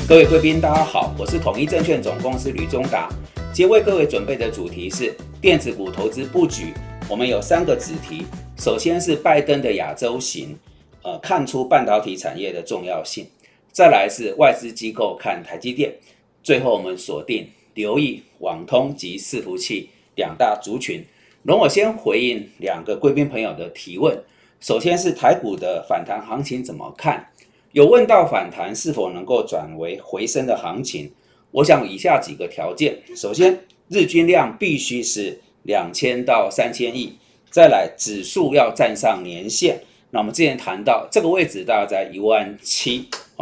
各位贵宾，大家好，我是统一证券总公司吕中达。今天为各位准备的主题是电子股投资布局。我们有3个子题，首先是拜登的亚洲行，看出半导体产业的重要性。再来是外资机构看台积电。最后我们锁定留意网通及伺服器2大族群。容我先回应2个贵宾朋友的提问。首先是台股的反弹行情怎么看？有问到反弹是否能够转为回升的行情，我想以下几个条件。首先，日均量必须是2000到3000亿，再来指数要站上年线。那我们之前谈到这个位置大概在17000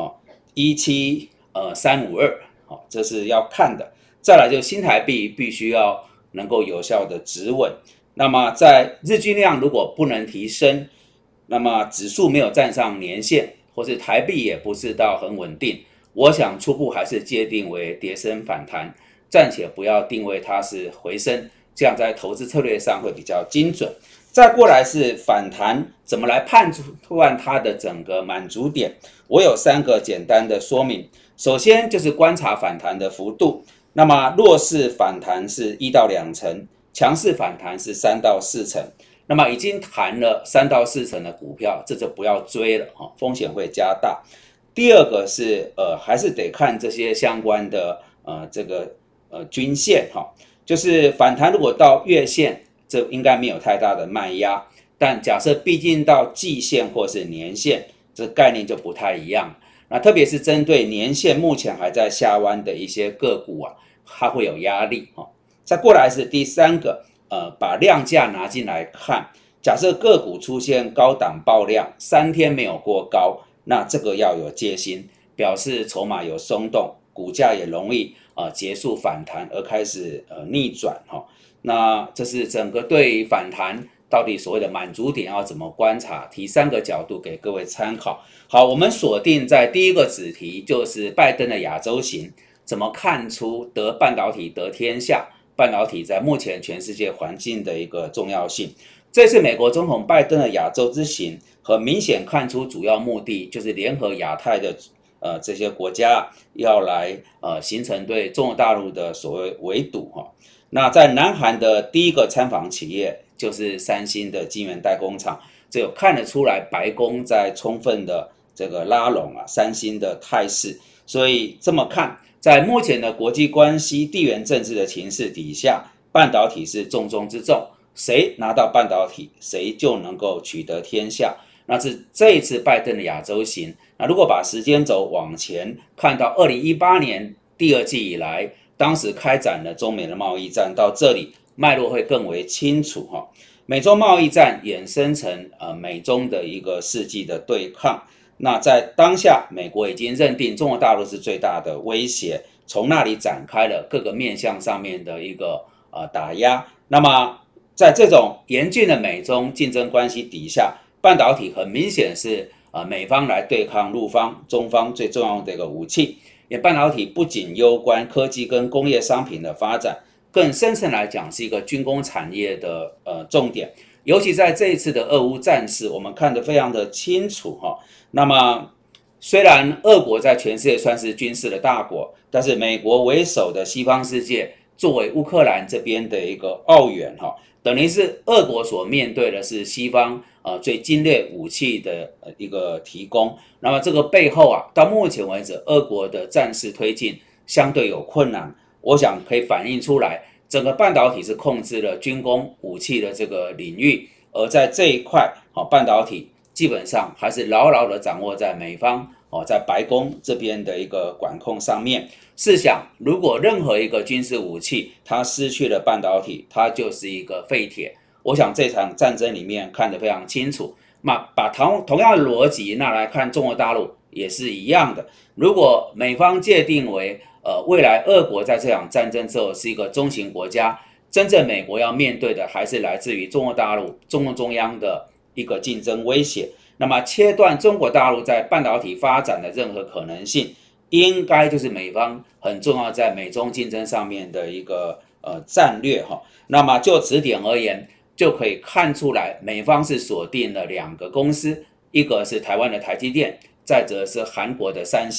17352，这是要看的。再来就新台币必须要能够有效的止稳。那么在日均量如果不能提升，那么指数没有站上年线，或是台币也不是到很稳定，我想初步还是界定为跌升反弹，暂且不要定位它是回升，这样在投资策略上会比较精准。再过来是反弹怎么来判断它的整个满足点，我有3个简单的说明。首先就是观察反弹的幅度，那么弱势反弹是1到2成，强势反弹是3到4成。那么已经谈了3到4成的股票，这就不要追了，风险会加大。第二个是还是得看这些相关的均线，就是反弹如果到月线，这应该没有太大的卖压，但假设毕竟到季线或是年线，这概念就不太一样。那特别是针对年线目前还在下弯的一些个股它会有压力。再过来是第3个，把量价拿进来看，假设个股出现高档爆量，3天没有过高，那这个要有戒心，表示筹码有松动，股价也容易结束反弹而开始逆转。那这是整个对反弹到底所谓的满足点要怎么观察，提3个角度给各位参考。好，我们锁定在第1个子题，就是拜登的亚洲行，怎么看出得半导体得天下，半导体在目前全世界环境的一个重要性。这次美国总统拜登的亚洲之行，很明显看出主要目的就是联合亚太的这些国家要来形成对中国大陆的所谓围堵。那在南韩的第1个参访企业就是三星的晶圆代工厂，这有看得出来白宫在充分的这个拉拢三星的态势。所以这么看，在目前的国际关系地缘政治的情势底下，半导体是重中之重，谁拿到半导体谁就能够取得天下。那是这一次拜登的亚洲行。那如果把时间轴往前看到2018年第2季以来，当时开展了中美的贸易战，到这里脉络会更为清楚。美中贸易战衍生成美中的一个世纪的对抗。那在当下，美国已经认定中国大陆是最大的威胁，从那里展开了各个面向上面的一个打压。那么在这种严峻的美中竞争关系底下，半导体很明显是美方来对抗陆方中方最重要的一个武器。也半导体不仅攸关科技跟工业商品的发展，更深层来讲是一个军工产业的重点。尤其在这一次的俄乌战事，我们看得非常的清楚。那么虽然俄国在全世界算是军事的大国，但是美国为首的西方世界作为乌克兰这边的一个澳元，等于是俄国所面对的是西方最精锐武器的一个提供。那么这个背后到目前为止俄国的战事推进相对有困难，我想可以反映出来整个半导体是控制了军工武器的这个领域，而在这一块半导体基本上还是牢牢的掌握在美方在白宫这边的一个管控上面。试想，如果任何一个军事武器它失去了半导体，它就是一个废铁。我想这场战争里面看得非常清楚。那把同样的逻辑拿来看中国大陆也是一样的。如果美方界定为未来俄国在这场战争之后是一个中型国家，真正美国要面对的还是来自于中国大陆中共中央的一个竞争威胁。那么切断中国大陆在半导体发展的任何可能性，应该就是美方很重要在美中竞争上面的一个战略。那么就此点而言，就可以看出来美方是锁定了2个公司，一个是台湾的台积电，再者是韩国的三星。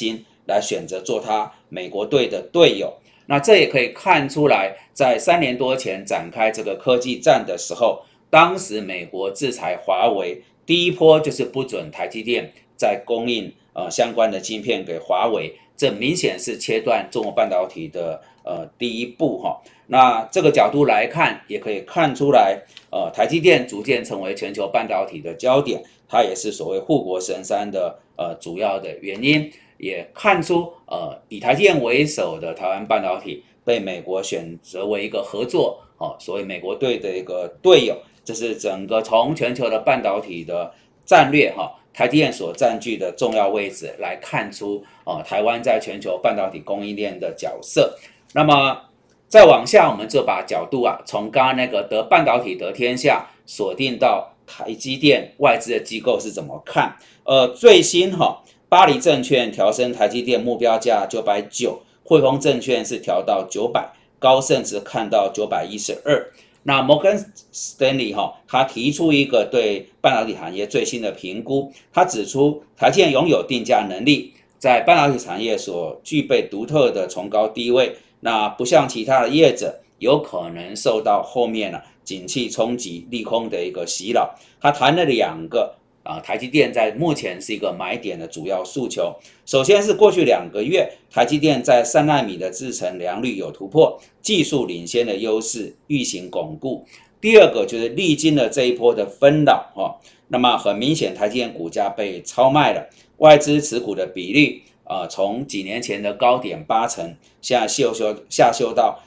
来选择做他美国队的队友。那这也可以看出来，在3年多前展开这个科技战的时候，当时美国制裁华为，第一波就是不准台积电再供应相关的晶片给华为，这明显是切断中国半导体的第一步哈。那这个角度来看，也可以看出来，台积电逐渐成为全球半导体的焦点，它也是所谓护国神山的主要的原因。也看出以台积电为首的台湾半导体被美国选择为一个合作所谓美国队的一个队友，这是整个从全球的半导体的战略台积电所占据的重要位置来看出台湾在全球半导体供应链的角色。那么再往下，我们就把角度从刚刚那个得半导体得天下锁定到台积电外资的机构是怎么看。最新巴黎证券调升台积电目标价990，汇丰证券是调到900，高盛只看到912。那摩根斯丹利他提出一个对半导体行业最新的评估，他指出台积电拥有定价能力，在半导体产业所具备独特的崇高地位，那不像其他的业者有可能受到后面景气冲击利空的一个袭扰。他谈了2个台积电在目前是一个买点的主要诉求。首先是过去2个月，台积电在3奈米的制程良率有突破，技术领先的优势愈行巩固。第二个就是历经了这一波的纷扰那么很明显台积电股价被超卖了，外资持股的比例从几年前的高点80%，现在下修到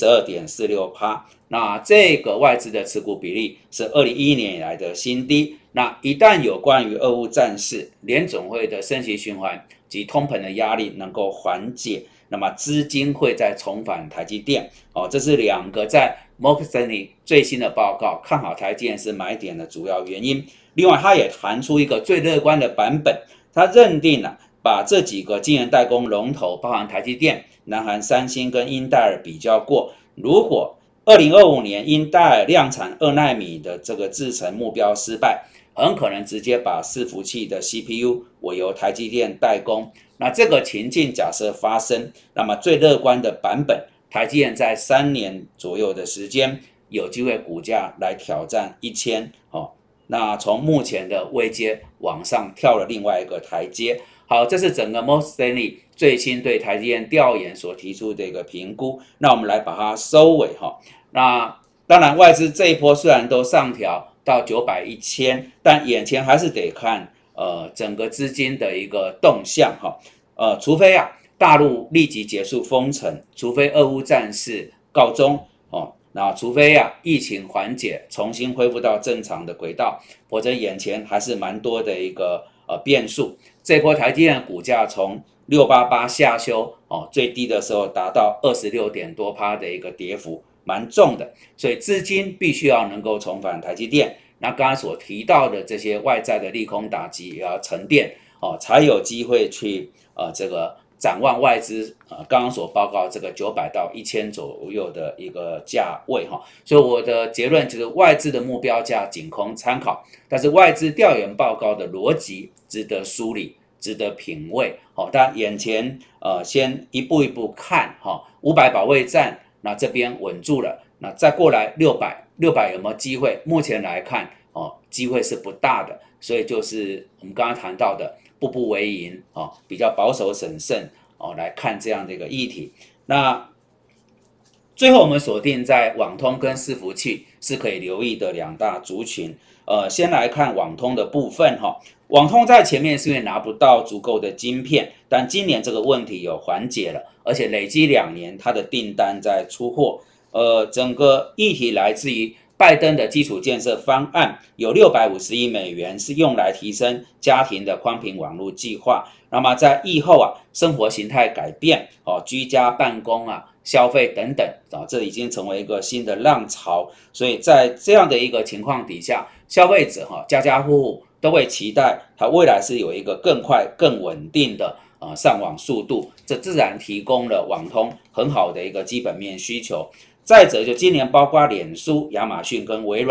72.46%。那这个外资的持股比例是2011年以来的新低。那一旦有关于俄乌战事、联总会的升息循环及通膨的压力能够缓解，那么资金会再重返台积电这是2个在 Morgan Stanley 最新的报告看好台积电是买点的主要原因。另外他也谈出一个最乐观的版本，他认定把这几个晶圆代工龙头包含台积电、南韩三星跟英戴尔比较过，如果2025年英戴尔量产2奈米的这个制程目标失败，很可能直接把伺服器的 CPU 委由台积电代工。那这个情境假设发生，那么最乐观的版本，台积电在3年左右的时间有机会股价来挑战1000那从目前的位阶往上跳了另外一个台阶。好，这是整个 Morgan Stanley 最新对台积电调研所提出的一个评估。那我们来把它收尾那当然外资这一波虽然都上调到900、1000，但眼前还是得看整个资金的一个动向除非大陆立即结束封城，除非俄乌战事告终那除非疫情缓解，重新恢复到正常的轨道，否则眼前还是蛮多的一个变数。这波台积电的股价从688下修最低的时候达到26点多%的一个跌幅，蛮重的，所以资金必须要能够重返台积电。那刚才所提到的这些外在的利空打击也要沉淀才有机会去这个展望外资刚刚所报告这个900到1000左右的一个价位所以我的结论就是外资的目标价仅供参考，但是外资调研报告的逻辑值得梳理，值得品味但眼前先一步一步看500保卫战，那这边稳住了，那再过来600有没有机会？目前来看机会是不大的，所以就是我们刚刚谈到的步步为营比较保守审慎来看这样的一个议题。那最后我们锁定在网通跟伺服器是可以留意的2大族群。先来看网通的部分网通在前面是因为拿不到足够的晶片，但今年这个问题有缓解了，而且累积2年它的订单在出货。整个议题来自于拜登的基础建设方案，有650亿美元是用来提升家庭的宽频网络计划。那么在疫后生活形态改变居家办公消费等等这已经成为一个新的浪潮。所以在这样的一个情况底下，消费者家家户户都会期待它未来是有一个更快更稳定的上网速度，这自然提供了网通很好的一个基本面需求。再者就今年包括脸书、亚马逊跟微软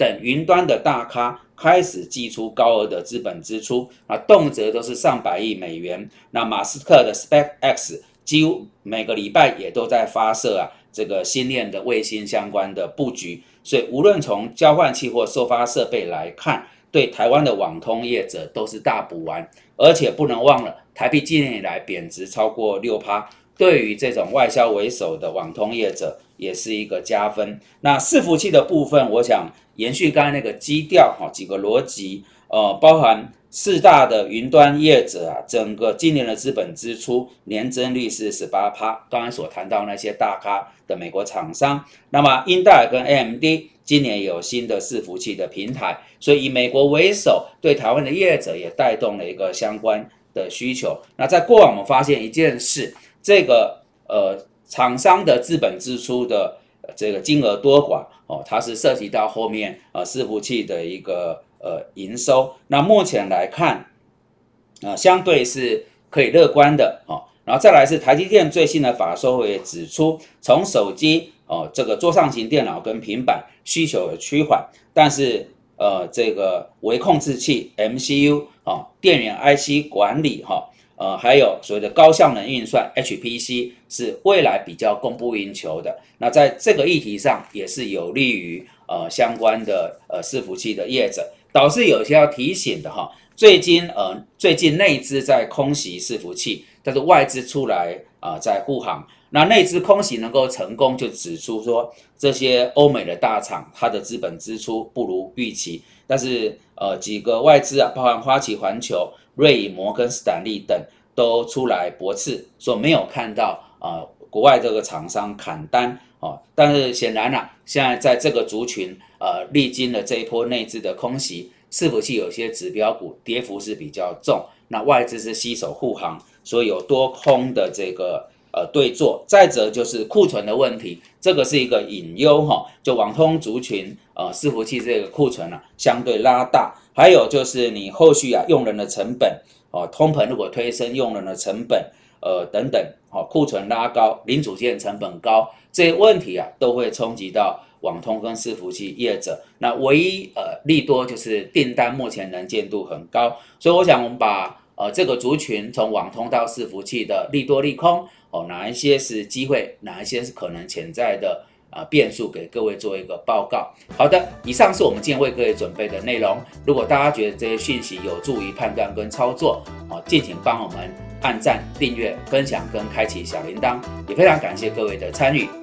等云端的大咖开始祭出高额的资本支出动辄都是上百亿美元。那马斯克的 SpaceX 几乎每个礼拜也都在发射这个星链的卫星相关的布局，所以无论从交换器或收发设备来看，对台湾的网通业者都是大补丸。而且不能忘了，台币今年以来贬值超过 6%， 对于这种外销为首的网通业者也是一个加分。那伺服器的部分，我想延续刚才那个基调几个逻辑，包含4大的云端业者整个今年的资本支出年增率是 18%， 刚才所谈到那些大咖的美国厂商。那么英特尔跟 AMD 今年有新的伺服器的平台，所以以美国为首，对台湾的业者也带动了一个相关的需求。那在过往我们发现一件事，这个厂商的资本支出的这个金额多寡它是涉及到后面伺服器的一个营收。那目前来看相对是可以乐观的然后再来是台积电最新的法说会也指出，从手机这个桌上型电脑跟平板需求有趋缓，但是这个微控制器 MCU 电源 IC 管理还有所谓的高效能运算 HPC 是未来比较供不应求的。那在这个议题上也是有利于相关的伺服器的业者。倒是有些要提醒的最近内资在空袭伺服器，但是外资出来在护航。那内资空袭能够成功，就指出说这些欧美的大厂它的资本支出不如预期，但是几个外资包含花旗环球、瑞银、摩根士丹利等都出来驳斥，说没有看到国外这个厂商砍单但是显然现在在这个族群历经了这一波内资的空袭，伺服器有些指标股跌幅是比较重，那外资是携手护航，所以有多空的这个对做。再者就是库存的问题，这个是一个隐忧就网通族群伺服器这个库存相对拉大。还有就是你后续用人的成本通膨如果推升用人的成本等等库存拉高，零组件成本高，这些问题都会冲击到网通跟伺服器业者。那唯一利多就是订单目前能见度很高，所以我想我们把这个族群从网通到伺服器的利多利空哪一些是机会，哪一些是可能潜在的变数，给各位做一个报告。好的，以上是我们今天为各位准备的内容。如果大家觉得这些讯息有助于判断跟操作敬请帮我们按赞、订阅、分享跟开启小铃铛，也非常感谢各位的参与。